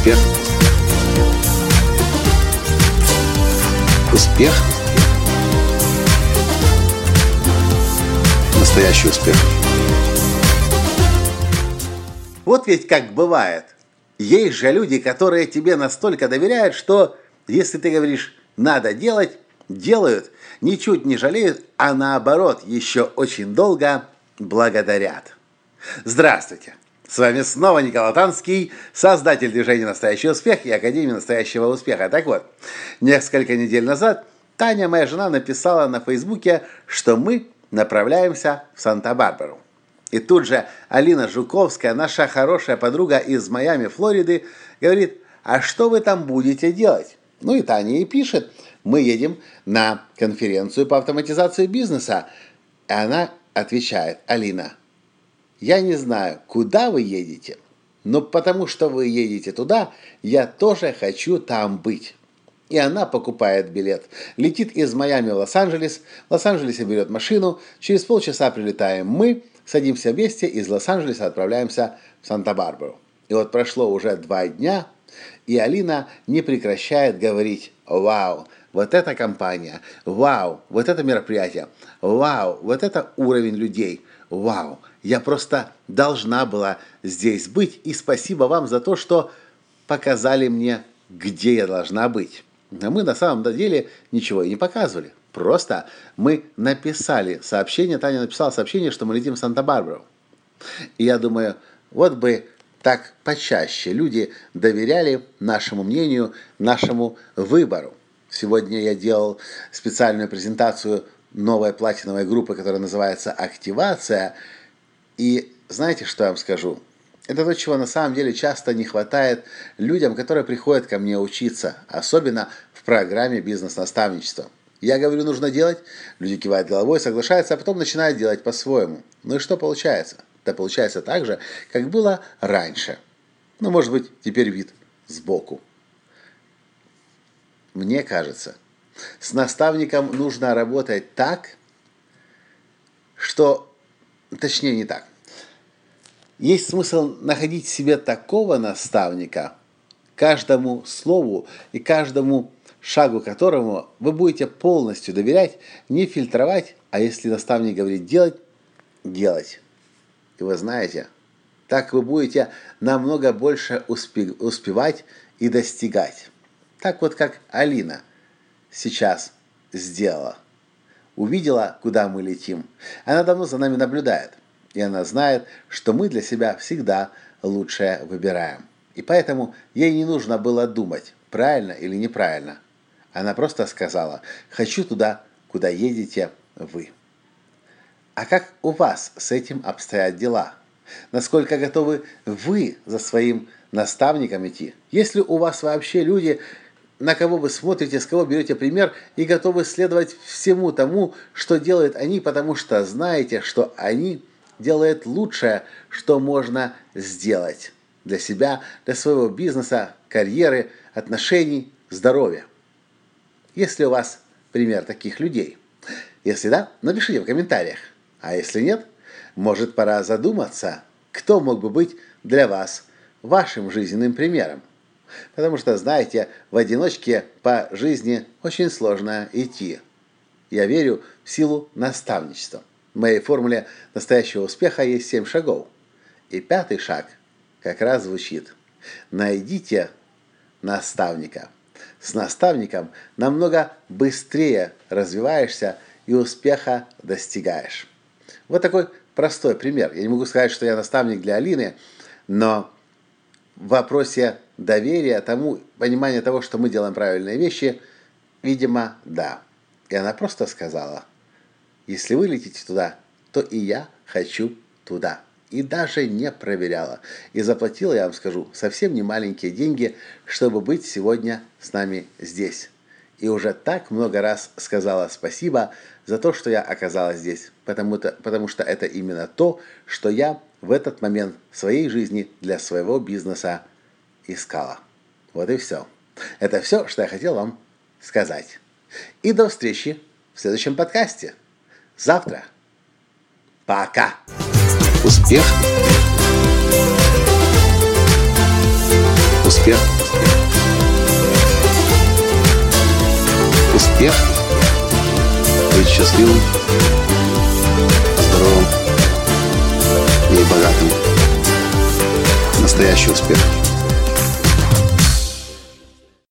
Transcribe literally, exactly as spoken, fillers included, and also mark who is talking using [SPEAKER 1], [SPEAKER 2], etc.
[SPEAKER 1] Успех. Успех. Настоящий успех.
[SPEAKER 2] Вот ведь как бывает. Есть же люди, которые тебе настолько доверяют, что если ты говоришь «надо делать», делают, ничуть не жалеют, а наоборот, еще очень долго благодарят. Здравствуйте! С вами снова Николай Танский, создатель движения «Настоящий успех» и Академии настоящего успеха. Так вот, несколько недель назад Таня, моя жена, написала на Фейсбуке, что мы направляемся в Санта-Барбару. И тут же Алина Жуковская, наша хорошая подруга из Майами, Флориды, говорит: а что вы там будете делать? Ну и Таня ей пишет: мы едем на конференцию по автоматизации бизнеса. И она отвечает: Алина, я не знаю, куда вы едете, но потому что вы едете туда, я тоже хочу там быть. И она покупает билет, летит из Майами в Лос-Анджелес, в Лос-Анджелесе берет машину, через полчаса прилетаем мы, садимся вместе, из Лос-Анджелеса отправляемся в Санта-Барбару. И вот прошло уже два дня, и Алина не прекращает говорить: вау, вот эта компания, вау, вот это мероприятие, вау, вот это уровень людей, вау, я просто должна была здесь быть, и спасибо вам за то, что показали мне, где я должна быть. А мы на самом деле ничего и не показывали. Просто мы написали сообщение, Таня написала сообщение, что мы летим в Санта-Барбару. И я думаю, вот бы так почаще люди доверяли нашему мнению, нашему выбору. Сегодня я делал специальную презентацию новой платиновой группы, которая называется «Активация». И знаете, что я вам скажу? Это то, чего на самом деле часто не хватает людям, которые приходят ко мне учиться, особенно в программе бизнес-наставничества. Я говорю, нужно делать, люди кивают головой, соглашаются, а потом начинают делать по-своему. Ну и что получается? Это получается так же, как было раньше. Ну, может быть, теперь вид сбоку. Мне кажется, с наставником нужно работать так, что... Точнее, не так. Есть смысл находить себе такого наставника, каждому слову и каждому шагу которому вы будете полностью доверять, не фильтровать, а если наставник говорит делать, делать. И вы знаете, так вы будете намного больше успе- успевать и достигать. Так вот, как Алина сейчас сделала. Увидела, куда мы летим. Она давно за нами наблюдает. И она знает, что мы для себя всегда лучшее выбираем. И поэтому ей не нужно было думать, правильно или неправильно. Она просто сказала: хочу туда, куда едете вы. А как у вас с этим обстоят дела? Насколько готовы вы за своим наставником идти? Есть ли у вас вообще люди, на кого вы смотрите, с кого берете пример и готовы следовать всему тому, что делают они, потому что знаете, что они делают лучшее, что можно сделать для себя, для своего бизнеса, карьеры, отношений, здоровья? Есть ли у вас пример таких людей? Если да, напишите в комментариях. А если нет, может, пора задуматься, кто мог бы быть для вас вашим жизненным примером. Потому что, знаете, в одиночке по жизни очень сложно идти. Я верю в силу наставничества. В моей формуле настоящего успеха есть семь шагов. И пятый шаг как раз звучит: найдите наставника. С наставником намного быстрее развиваешься и успеха достигаешь. Вот такой простой пример. Я не могу сказать, что я наставник для Алины, но в вопросе доверия тому, понимания того, что мы делаем правильные вещи, видимо, да. И она просто сказала: если вы летите туда, то и я хочу туда. И даже не проверяла. И заплатила, я вам скажу, совсем не маленькие деньги, чтобы быть сегодня с нами здесь. И уже так много раз сказала спасибо за то, что я оказалась здесь. Потому-то, потому что это именно то, что я в этот момент в своей жизни для своего бизнеса искала. Вот и все. Это все, что я хотел вам сказать. И до встречи в следующем подкасте. Завтра. Пока.
[SPEAKER 1] Успех. Успех.
[SPEAKER 2] Успех. Успех. Быть счастливым, здоровым и богатым. Настоящий успех.